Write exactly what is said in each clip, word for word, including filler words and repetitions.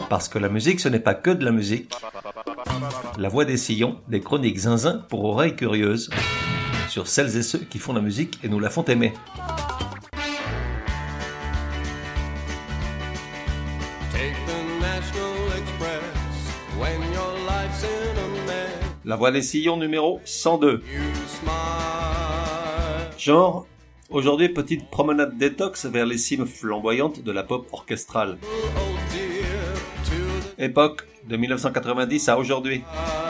Parce que la musique, ce n'est pas que de la musique. La Voix des Sillons, des chroniques zinzin pour oreilles curieuses, sur celles et ceux qui font la musique et nous la font aimer. La Voix des Sillons numéro cent deux. Genre, aujourd'hui petite promenade détox vers les cimes flamboyantes de la pop orchestrale. Époque de dix-neuf cent quatre-vingt-dix à aujourd'hui.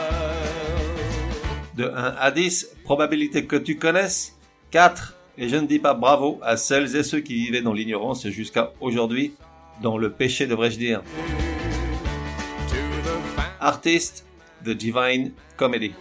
De un à dix, probabilité que tu connaisses, quatre. Et je ne dis pas bravo à celles et ceux qui vivaient dans l'ignorance jusqu'à aujourd'hui, dans le péché devrais-je dire. Artiste, The Divine Comedy.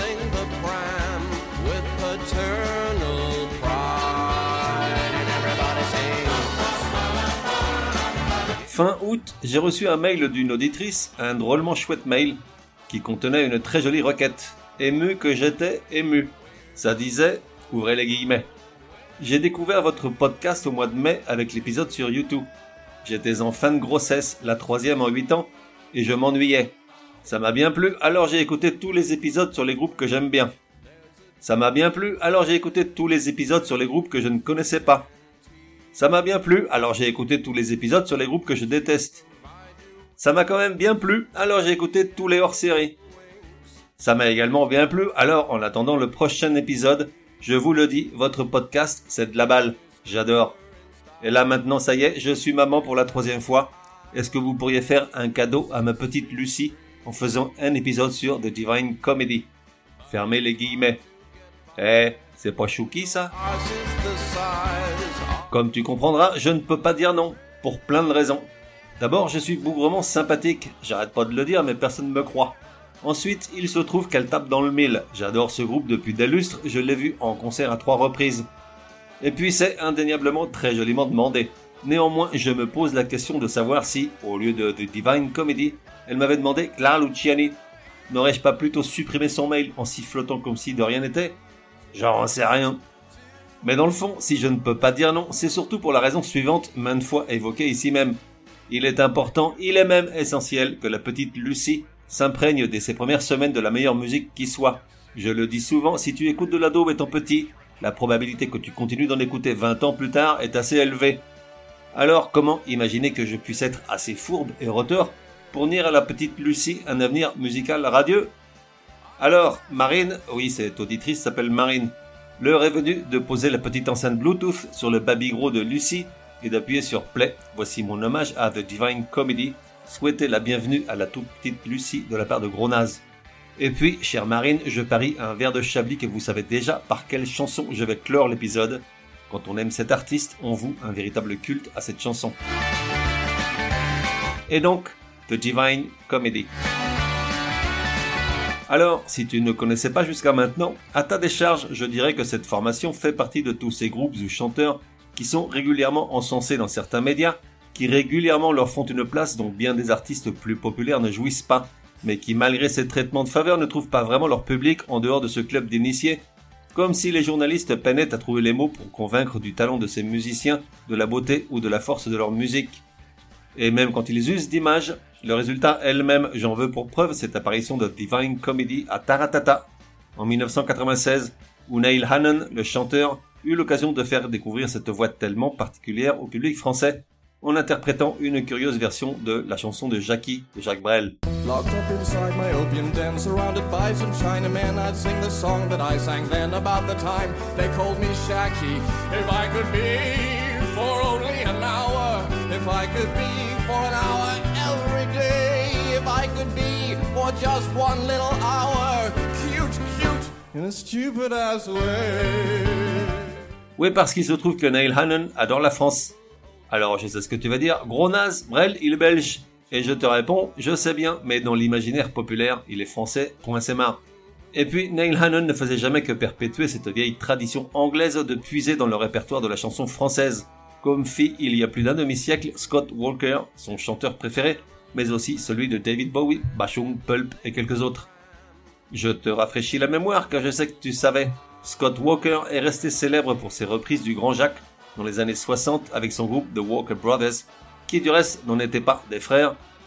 Fin août, j'ai reçu un mail d'une auditrice, un drôlement chouette mail, qui contenait une très jolie requête. Ému que j'étais, ému. Ça disait, ouvrez les guillemets. J'ai découvert votre podcast au mois de mai avec l'épisode sur YouTube. J'étais en fin de grossesse, la troisième en huit ans, et je m'ennuyais. Ça m'a bien plu, alors j'ai écouté tous les épisodes sur les groupes que j'aime bien. Ça m'a bien plu, alors j'ai écouté tous les épisodes sur les groupes que je ne connaissais pas. Ça m'a bien plu, alors j'ai écouté tous les épisodes sur les groupes que je déteste. Ça m'a quand même bien plu, alors j'ai écouté tous les hors-séries. Ça m'a également bien plu, alors en attendant le prochain épisode, je vous le dis, votre podcast, c'est de la balle. J'adore. Et là maintenant, ça y est, je suis maman pour la troisième fois. Est-ce que vous pourriez faire un cadeau à ma petite Lucie en faisant un épisode sur The Divine Comedy? Fermez les guillemets. Eh, c'est pas chouki ça? Comme tu comprendras, je ne peux pas dire non, pour plein de raisons. D'abord, je suis bougrement sympathique, j'arrête pas de le dire mais personne ne me croit. Ensuite, il se trouve qu'elle tape dans le mille, j'adore ce groupe depuis des lustres, je l'ai vu en concert à trois reprises. Et puis c'est indéniablement très joliment demandé. Néanmoins, je me pose la question de savoir si, au lieu de The Divine Comedy, elle m'avait demandé Clara Luciani. N'aurais-je pas plutôt supprimé son mail en sifflotant comme si de rien n'était? J'en sais rien. Mais dans le fond, si je ne peux pas dire non, c'est surtout pour la raison suivante, maintes fois évoquée ici même. Il est important, il est même essentiel que la petite Lucie s'imprègne dès ses premières semaines de la meilleure musique qui soit. Je le dis souvent, si tu écoutes de la daube étant petit, la probabilité que tu continues d'en écouter vingt ans plus tard est assez élevée. Alors comment imaginer que je puisse être assez fourbe et roteur pour nier à la petite Lucie un avenir musical radieux? Alors, Marine, oui cette auditrice s'appelle Marine, l'heure est venue de poser la petite enceinte Bluetooth sur le babygros de Lucie et d'appuyer sur Play. Voici mon hommage à The Divine Comedy. Souhaitez la bienvenue à la toute petite Lucie de la part de Gros Naze. Et puis, chère Marine, je parie un verre de Chablis que vous savez déjà par quelle chanson je vais clore l'épisode. Quand on aime cet artiste, on voue un véritable culte à cette chanson. Et donc, The Divine Comedy. Alors, si tu ne connaissais pas jusqu'à maintenant, à ta décharge, je dirais que cette formation fait partie de tous ces groupes ou chanteurs qui sont régulièrement encensés dans certains médias, qui régulièrement leur font une place dont bien des artistes plus populaires ne jouissent pas, mais qui malgré ces traitements de faveur ne trouvent pas vraiment leur public en dehors de ce club d'initiés, comme si les journalistes peinaient à trouver les mots pour convaincre du talent de ces musiciens, de la beauté ou de la force de leur musique. Et même quand ils usent d'images, le résultat elle-même, j'en veux pour preuve cette apparition de Divine Comedy à Taratata, en dix-neuf cent quatre-vingt-seize, où Neil Hannon, le chanteur, eut l'occasion de faire découvrir cette voix tellement particulière au public français, en interprétant une curieuse version de la chanson de Jackie de Jacques Brel. Locked up inside my opium den, surrounded by some Chinamen, I'd sing the song that I sang then about the time they called me Shacky. If I could be for only an hour, if I could be for an hour every day, if I could be for just one little hour, cute, cute, in a stupid ass way. Oui, parce qu'il se trouve que Neil Hannon adore la France. Alors, je sais ce que tu vas dire, Gros Naze, Brel, il est belge. Et je te réponds, je sais bien, mais dans l'imaginaire populaire, il est français, point c'est marre. Et puis, Neil Hannon ne faisait jamais que perpétuer cette vieille tradition anglaise de puiser dans le répertoire de la chanson française, comme fit il y a plus d'un demi-siècle Scott Walker, son chanteur préféré, mais aussi celui de David Bowie, Bashung, Pulp et quelques autres. Je te rafraîchis la mémoire car je sais que tu savais. Scott Walker est resté célèbre pour ses reprises du Grand Jacques dans les années soixante avec son groupe The Walker Brothers, qui du reste n'en étaient pas des frères,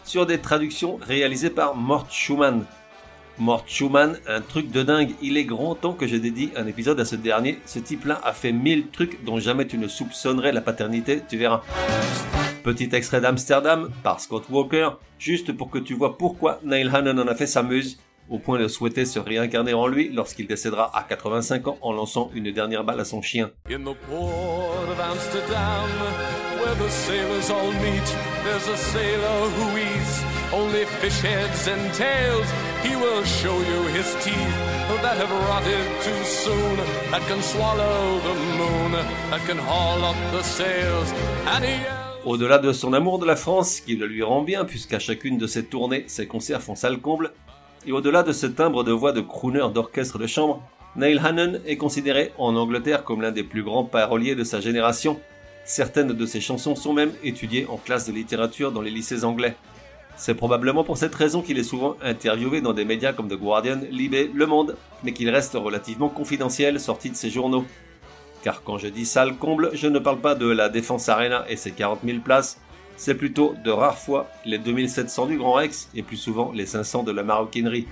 sur des traductions réalisées par Mort Schumann. Mort Schumann, un truc de dingue, il est grand temps que je dédie un épisode à ce dernier. Ce type-là a fait mille trucs dont jamais tu ne soupçonnerais la paternité, tu verras. Petit extrait d'Amsterdam par Scott Walker, juste pour que tu vois pourquoi Neil Hannon en a fait sa muse, au point de souhaiter se réincarner en lui lorsqu'il décédera à quatre-vingt-cinq ans en lançant une dernière balle à son chien. In the port of Amsterdam, where the sailors all meet, there's a sailor who eats only fish heads and tails. He will show you his teeth that have rotted too soon, that can swallow the moon, that can haul up the sails, and he yells. Au-delà de son amour de la France, qui le lui rend bien puisqu'à chacune de ses tournées, ses concerts font salle comble, et au-delà de ce timbre de voix de crooner d'orchestre de chambre, Neil Hannon est considéré en Angleterre comme l'un des plus grands paroliers de sa génération. Certaines de ses chansons sont même étudiées en classe de littérature dans les lycées anglais. C'est probablement pour cette raison qu'il est souvent interviewé dans des médias comme The Guardian, Libé, Le Monde, mais qu'il reste relativement confidentiel sorti de ses journaux. Car quand je dis salle comble, je ne parle pas de la Défense Arena et ses quarante mille places, c'est plutôt de rares fois les deux mille sept cents du Grand Rex et plus souvent les cinq cents de la Maroquinerie.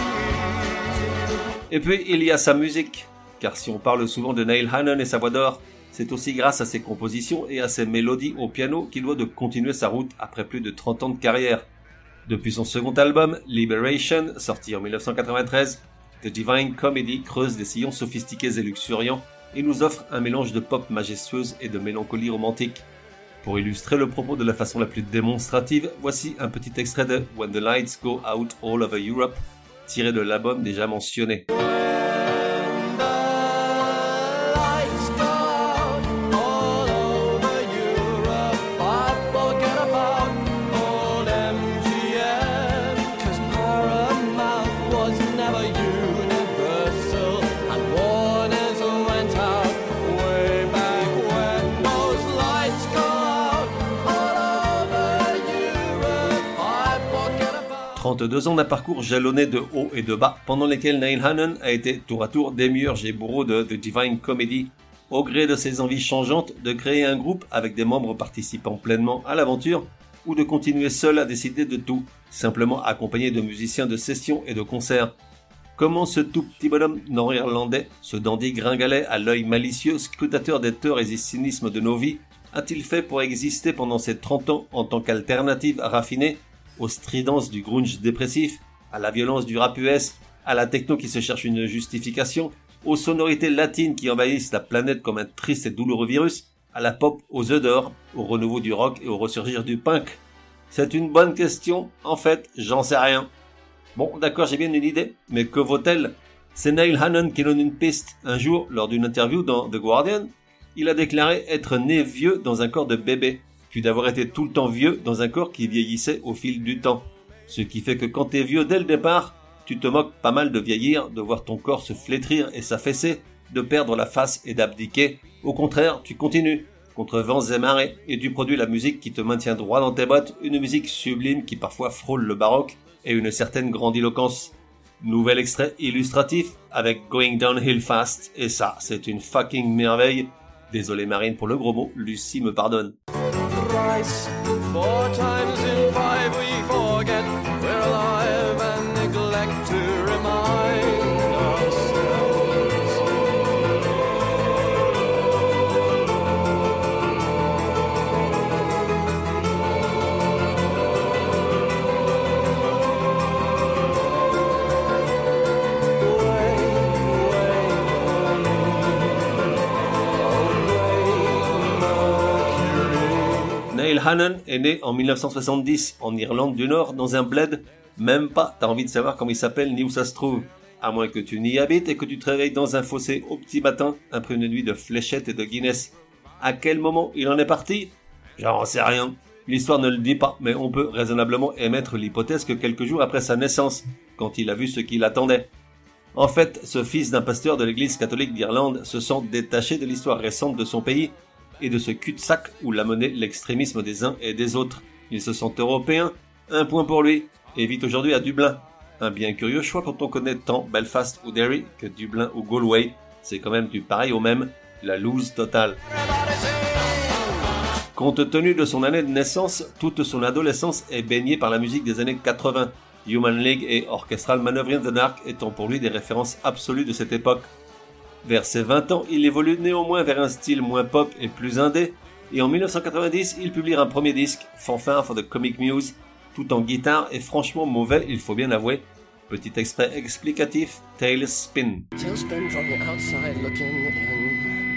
Et puis il y a sa musique, car si on parle souvent de Neil Hannon et sa voix d'or, c'est aussi grâce à ses compositions et à ses mélodies au piano qu'il doit de continuer sa route après plus de trente ans de carrière. Depuis son second album, Liberation, sorti en dix-neuf cent quatre-vingt-treize, The Divine Comedy creuse des sillons sophistiqués et luxuriants et nous offre un mélange de pop majestueuse et de mélancolie romantique. Pour illustrer le propos de la façon la plus démonstrative, voici un petit extrait de When the Lights Go Out All Over Europe, tiré de l'album déjà mentionné. trente-deux ans d'un parcours jalonné de hauts et de bas, pendant lesquels Neil Hannon a été tour à tour démiurge et bourreau de The Divine Comedy, au gré de ses envies changeantes de créer un groupe avec des membres participant pleinement à l'aventure, ou de continuer seul à décider de tout, simplement accompagné de musiciens de sessions et de concerts. Comment ce tout petit bonhomme nord-irlandais, ce dandy gringalet à l'œil malicieux, scrutateur des torts et cynismes de nos vies, a-t-il fait pour exister pendant ces trente ans en tant qu'alternative raffinée aux stridences du grunge dépressif, à la violence du rap U S, à la techno qui se cherche une justification, aux sonorités latines qui envahissent la planète comme un triste et douloureux virus, à la pop aux œufs d'or, au renouveau du rock et au ressurgir du punk? C'est une bonne question, en fait, j'en sais rien. Bon, d'accord, j'ai bien une idée, mais que vaut-elle? C'est Neil Hannon qui donne une piste. Un jour, lors d'une interview dans The Guardian, il a déclaré être né vieux dans un corps de bébé, puis d'avoir été tout le temps vieux dans un corps qui vieillissait au fil du temps. Ce qui fait que quand t'es vieux dès le départ, tu te moques pas mal de vieillir, de voir ton corps se flétrir et s'affaisser, de perdre la face et d'abdiquer. Au contraire, tu continues, contre vents et marées, et tu produis la musique qui te maintient droit dans tes bottes, une musique sublime qui parfois frôle le baroque et une certaine grandiloquence. Nouvel extrait illustratif avec Going Downhill Fast, et ça, c'est une fucking merveille. Désolé Marine pour le gros mot, Lucie me pardonne. Thrice, four times in five we forget we're alive and neglect to remind ourselves. Neil Hannon est né en dix-neuf cent soixante-dix en Irlande du Nord dans un bled. Même pas, t'as envie de savoir comment il s'appelle ni où ça se trouve. À moins que tu n'y habites et que tu te réveilles dans un fossé au petit matin après une nuit de fléchettes et de Guinness. À quel moment il en est parti? J'en sais rien. L'histoire ne le dit pas, mais on peut raisonnablement émettre l'hypothèse que quelques jours après sa naissance, quand il a vu ce qui l'attendait. En fait, ce fils d'un pasteur de l'église catholique d'Irlande se sent détaché de l'histoire récente de son pays et de ce cul-de-sac où l'a mené l'extrémisme des uns et des autres. Il se sent européen, un point pour lui, et vit aujourd'hui à Dublin. Un bien curieux choix quand on connaît tant Belfast ou Derry que Dublin ou Galway. C'est quand même du pareil au même, la loose totale. Compte tenu de son année de naissance, toute son adolescence est baignée par la musique des années quatre-vingts, Human League et Orchestral Manoeuvre in the Dark étant pour lui des références absolues de cette époque. Vers ses vingt ans, il évolue néanmoins vers un style moins pop et plus indé, et en dix-neuf cent quatre-vingt-dix, il publie un premier disque, Fanfare for the Comic Muse, tout en guitare et franchement mauvais, il faut bien l'avouer. Petit extrait explicatif, Tailspin. Tailspin from the outside looking in.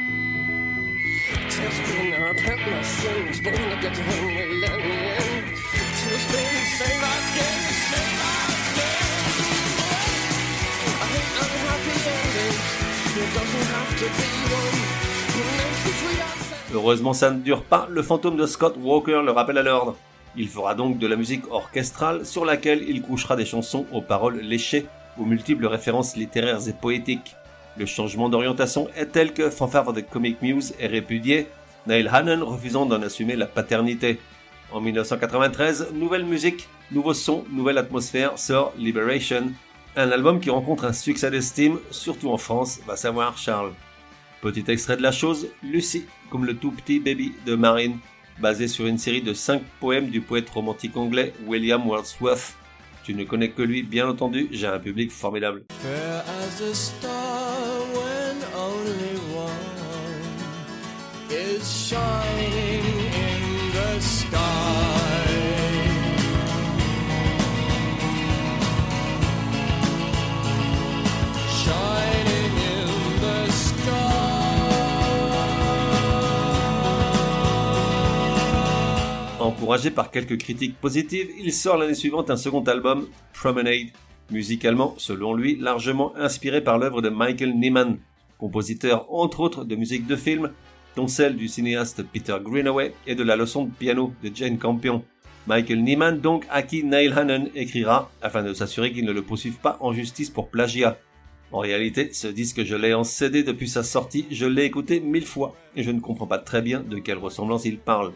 Tailspin, I repent my sins, but when I get to him, they let me in. Tailspin, say that again, say that again. I hate unhappy endings, there doesn't have to be one. Heureusement ça ne dure pas, le fantôme de Scott Walker le rappelle à l'ordre. Il fera donc de la musique orchestrale sur laquelle il couchera des chansons aux paroles léchées, aux multiples références littéraires et poétiques. Le changement d'orientation est tel que Fanfare for the Comic Muse est répudié, Neil Hannon refusant d'en assumer la paternité. En dix-neuf cent quatre-vingt-treize, nouvelle musique, nouveau son, nouvelle atmosphère, sort Liberation, un album qui rencontre un succès d'estime, surtout en France, va savoir Charles. Petit extrait de la chose, Lucy, comme le tout petit baby de Marine, basé sur une série de cinq poèmes du poète romantique anglais William Wordsworth. Tu ne connais que lui, bien entendu, j'ai un public formidable. Fair as a star when only one is shining in the sky. Shining in the sky. Encouragé par quelques critiques positives, il sort l'année suivante un second album, Promenade, musicalement, selon lui, largement inspiré par l'œuvre de Michael Nyman, compositeur entre autres de musique de film, dont celle du cinéaste Peter Greenaway et de la leçon de piano de Jane Campion. Michael Nyman donc à qui Neil Hannon écrira, afin de s'assurer qu'il ne le poursuive pas en justice pour plagiat. En réalité, ce disque je l'ai en C D depuis sa sortie, je l'ai écouté mille fois, et je ne comprends pas très bien de quelle ressemblance il parle.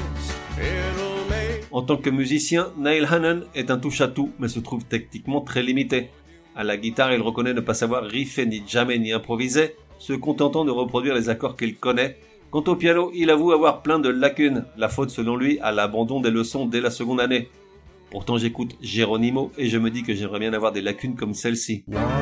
En tant que musicien, Neil Hannon est un touche-à-tout, mais se trouve techniquement très limité. À la guitare, il reconnaît ne pas savoir riffer ni jammer ni improviser, se contentant de reproduire les accords qu'il connaît. Quant au piano, il avoue avoir plein de lacunes, la faute selon lui à l'abandon des leçons dès la seconde année. Pourtant j'écoute Geronimo et je me dis que j'aimerais bien avoir des lacunes comme celle-ci.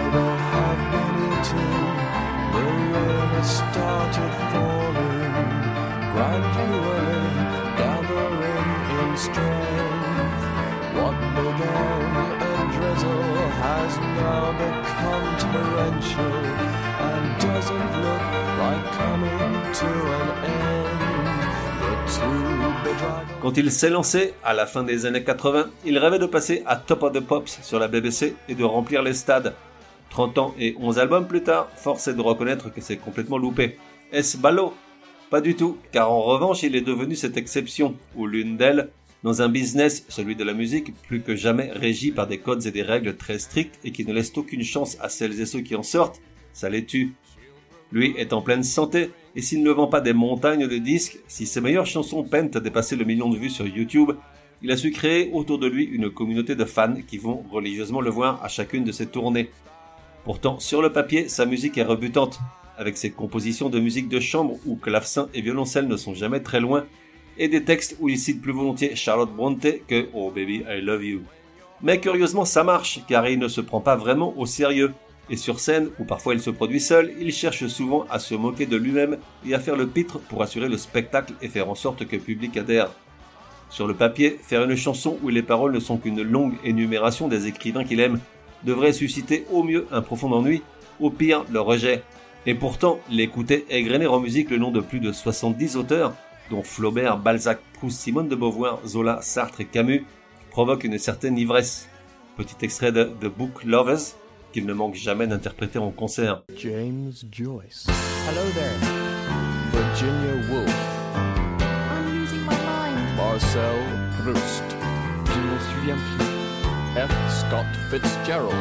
Quand il s'est lancé, à la fin des années quatre-vingts, il rêvait de passer à Top of the Pops sur la B B C et de remplir les stades. trente ans et onze albums plus tard, force est de reconnaître que c'est complètement loupé. Est-ce ballot ? Pas du tout, car en revanche, il est devenu cette exception, ou l'une d'elles, dans un business, celui de la musique, plus que jamais régi par des codes et des règles très strictes et qui ne laissent aucune chance à celles et ceux qui en sortent, ça les tue. Lui est en pleine santé, et s'il ne vend pas des montagnes de disques, si ses meilleures chansons peinent à dépasser le million de vues sur YouTube, il a su créer autour de lui une communauté de fans qui vont religieusement le voir à chacune de ses tournées. Pourtant, sur le papier, sa musique est rebutante, avec ses compositions de musique de chambre où clavecin et violoncelle ne sont jamais très loin, et des textes où il cite plus volontiers Charlotte Bronte que « Oh baby, I love you ». Mais curieusement, ça marche, car il ne se prend pas vraiment au sérieux. Et sur scène, où parfois il se produit seul, il cherche souvent à se moquer de lui-même et à faire le pitre pour assurer le spectacle et faire en sorte que le public adhère. Sur le papier, faire une chanson où les paroles ne sont qu'une longue énumération des écrivains qu'il aime devrait susciter au mieux un profond ennui, au pire le rejet. Et pourtant, l'écouter égrener en musique le nom de plus de soixante-dix auteurs, dont Flaubert, Balzac, Proust, Simone de Beauvoir, Zola, Sartre et Camus, provoque une certaine ivresse. Petit extrait de The Book Lovers, qu'il ne manque jamais d'interpréter en concert. James Joyce. Hello there. Virginia Woolf. I'm losing my mind. Marcel Proust. Je ne m'en souviens plus. F. Scott Fitzgerald.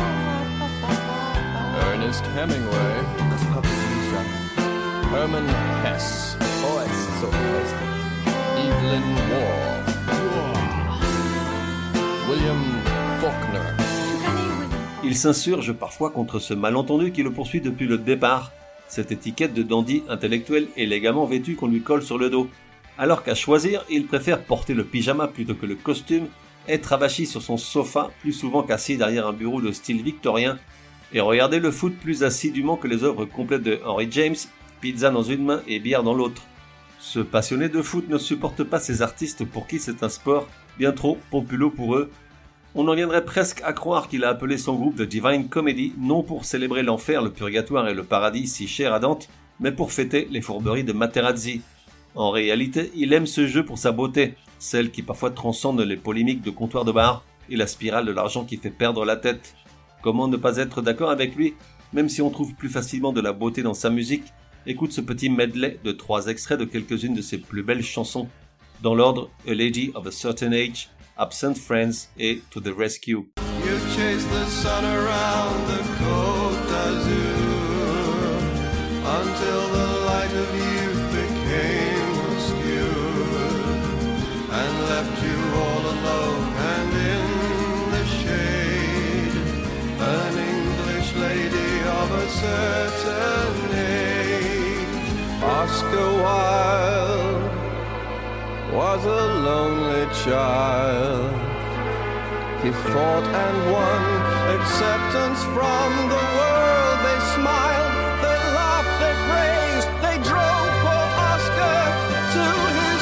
Ernest Hemingway. Das kommt nicht an. Hermann Hesse. Oh, es ist so fest. Evelyn Waugh. William Faulkner. Il s'insurge parfois contre ce malentendu qui le poursuit depuis le départ, cette étiquette de dandy intellectuel élégamment vêtu qu'on lui colle sur le dos. Alors qu'à choisir, il préfère porter le pyjama plutôt que le costume, être avachi sur son sofa plus souvent qu'assis derrière un bureau de style victorien, et regarder le foot plus assidûment que les œuvres complètes de Henry James, pizza dans une main et bière dans l'autre. Ce passionné de foot ne supporte pas ces artistes pour qui c'est un sport bien trop populeux pour eux. On en viendrait presque à croire qu'il a appelé son groupe The Divine Comedy non pour célébrer l'enfer, le purgatoire et le paradis si cher à Dante, mais pour fêter les fourberies de Materazzi. En réalité, il aime ce jeu pour sa beauté, celle qui parfois transcende les polémiques de comptoir de bar et la spirale de l'argent qui fait perdre la tête. Comment ne pas être d'accord avec lui, même si on trouve plus facilement de la beauté dans sa musique? Écoute ce petit medley de trois extraits de quelques-unes de ses plus belles chansons. Dans l'ordre, A Lady of a Certain Age, Absent Friends et To the Rescue. You chased the sun around the Côte d'Azur until the light of youth became obscured and left you all alone and in the shade, an English lady of a certain age. Oscar Wilde was a lonely child. He fought and won acceptance from the world. They smiled, they laughed, they praised, they drove poor Oscar to his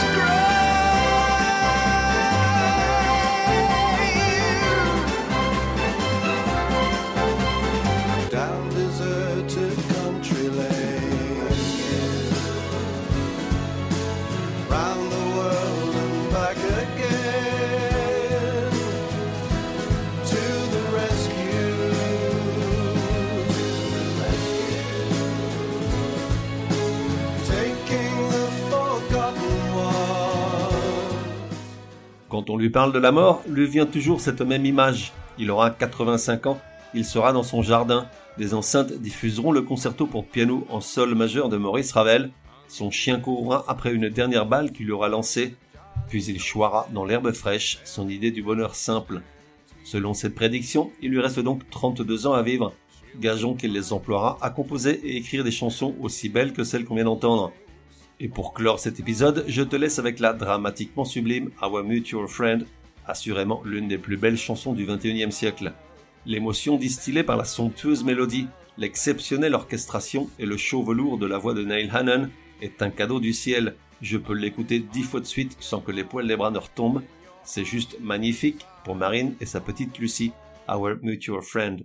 grave. Down deserted country lanes, round the world and back again. Quand on lui parle de la mort, lui vient toujours cette même image. Il aura quatre-vingt-cinq ans, il sera dans son jardin, des enceintes diffuseront le concerto pour piano en sol majeur de Maurice Ravel, son chien courra après une dernière balle qu'il aura lancée, puis il choiera dans l'herbe fraîche son idée du bonheur simple. Selon cette prédiction, il lui reste donc trente-deux ans à vivre. Gageons qu'il les emploiera à composer et écrire des chansons aussi belles que celles qu'on vient d'entendre. Et pour clore cet épisode, je te laisse avec la dramatiquement sublime Our Mutual Friend, assurément l'une des plus belles chansons du vingt et unième siècle. L'émotion distillée par la somptueuse mélodie, l'exceptionnelle orchestration et le chaud velours de la voix de Neil Hannon est un cadeau du ciel. Je peux l'écouter dix fois de suite sans que les poils des bras ne retombent. C'est juste magnifique pour Marine et sa petite Lucie. Our Mutual Friend.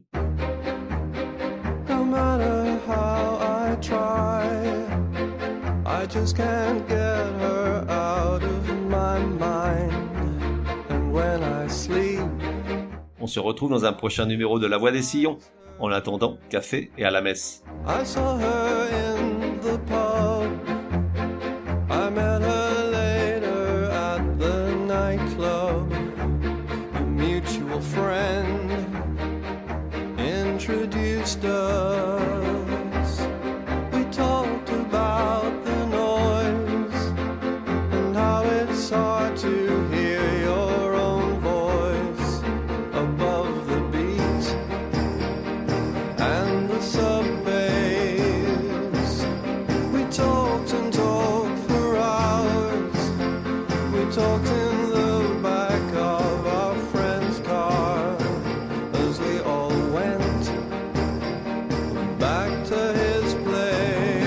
No matter how I try, I just can't get her out of my mind. And when I sleep, on se retrouve dans un prochain numéro de La Voix des Sillons. En attendant, café et à la messe. I saw her in the pub. I met her later at the nightclub. A mutual friend introduced us. We talked about the noise and how it's hard to hear your own voice above the beat and the sub bass. We talked and talked for hours. We talked in the back of our friend's car as we all went back to his place.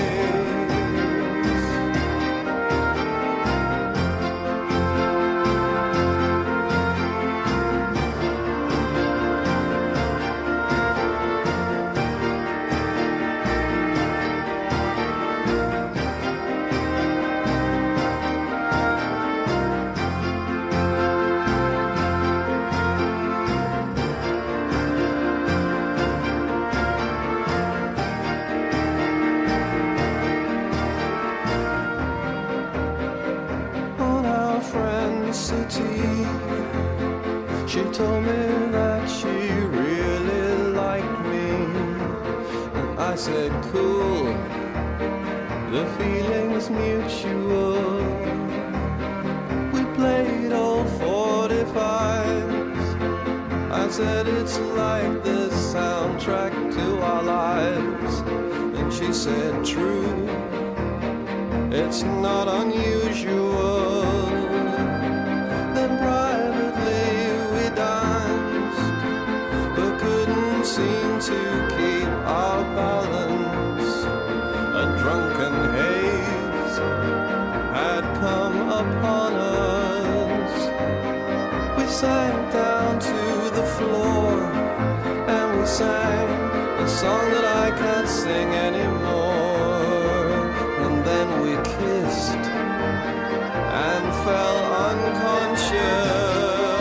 On our friend's city, she told me that she really liked me, and I said cool, the feeling's mutual. We played all forty-fives. I said it's like the soundtrack to our lives, and she said true. it's not unusual. Then privately we danced, but couldn't seem to keep our balance. A drunken haze had come upon us. We sank down to the floor and we sang a song that I can't sing anymore. And then we kissed and fell unconscious.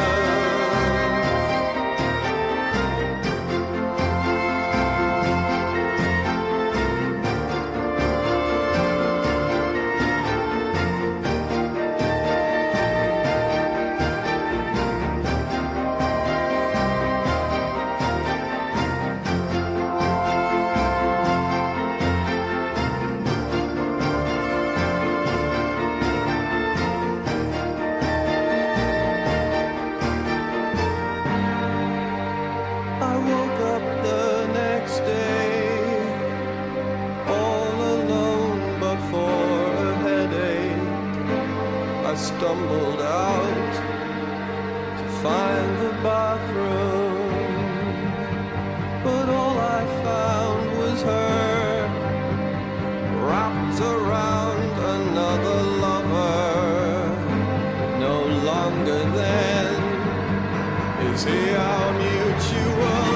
I woke up the next day, all alone but for a headache. I stumbled out to find the bathroom, but all I found was her, wrapped around another lover. No longer then is he our mutual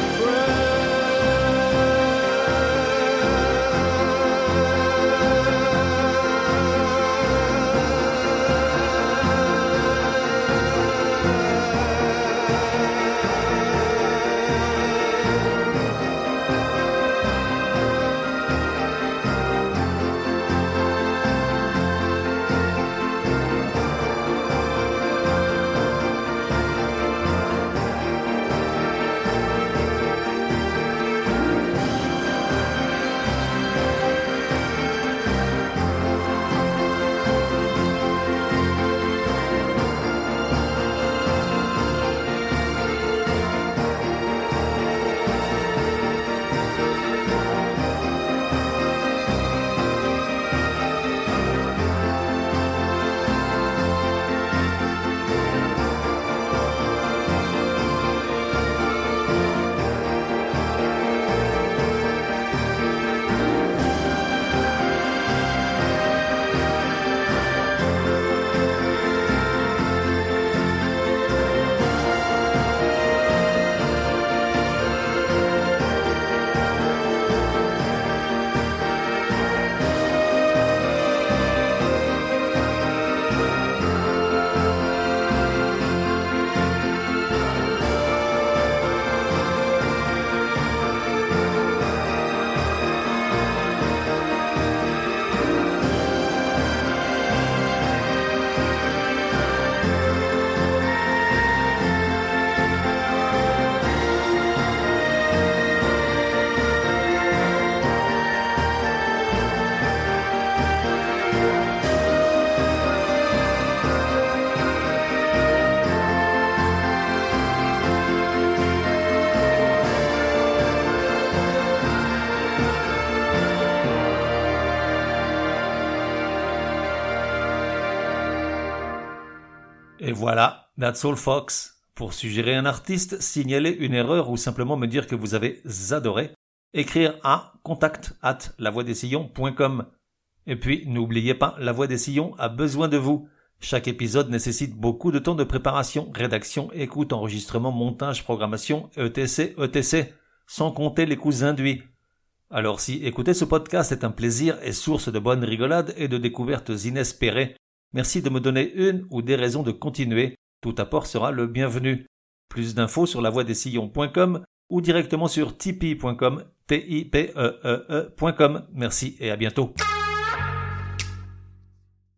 Et voilà, that's all folks. Pour suggérer un artiste, signaler une erreur ou simplement me dire que vous avez adoré, écrire à contact at lavoixdessillons point com. Et puis, n'oubliez pas, La Voix des Sillons a besoin de vous. Chaque épisode nécessite beaucoup de temps de préparation, rédaction, écoute, enregistrement, montage, programmation, et cetera, et cetera, sans compter les coûts induits. Alors si écouter ce podcast est un plaisir et source de bonnes rigolades et de découvertes inespérées, merci de me donner une ou des raisons de continuer. Tout apport sera le bienvenu. Plus d'infos sur lavoixdessillons point com ou directement sur tipeee point com, T I P E E E point com. Merci et à bientôt.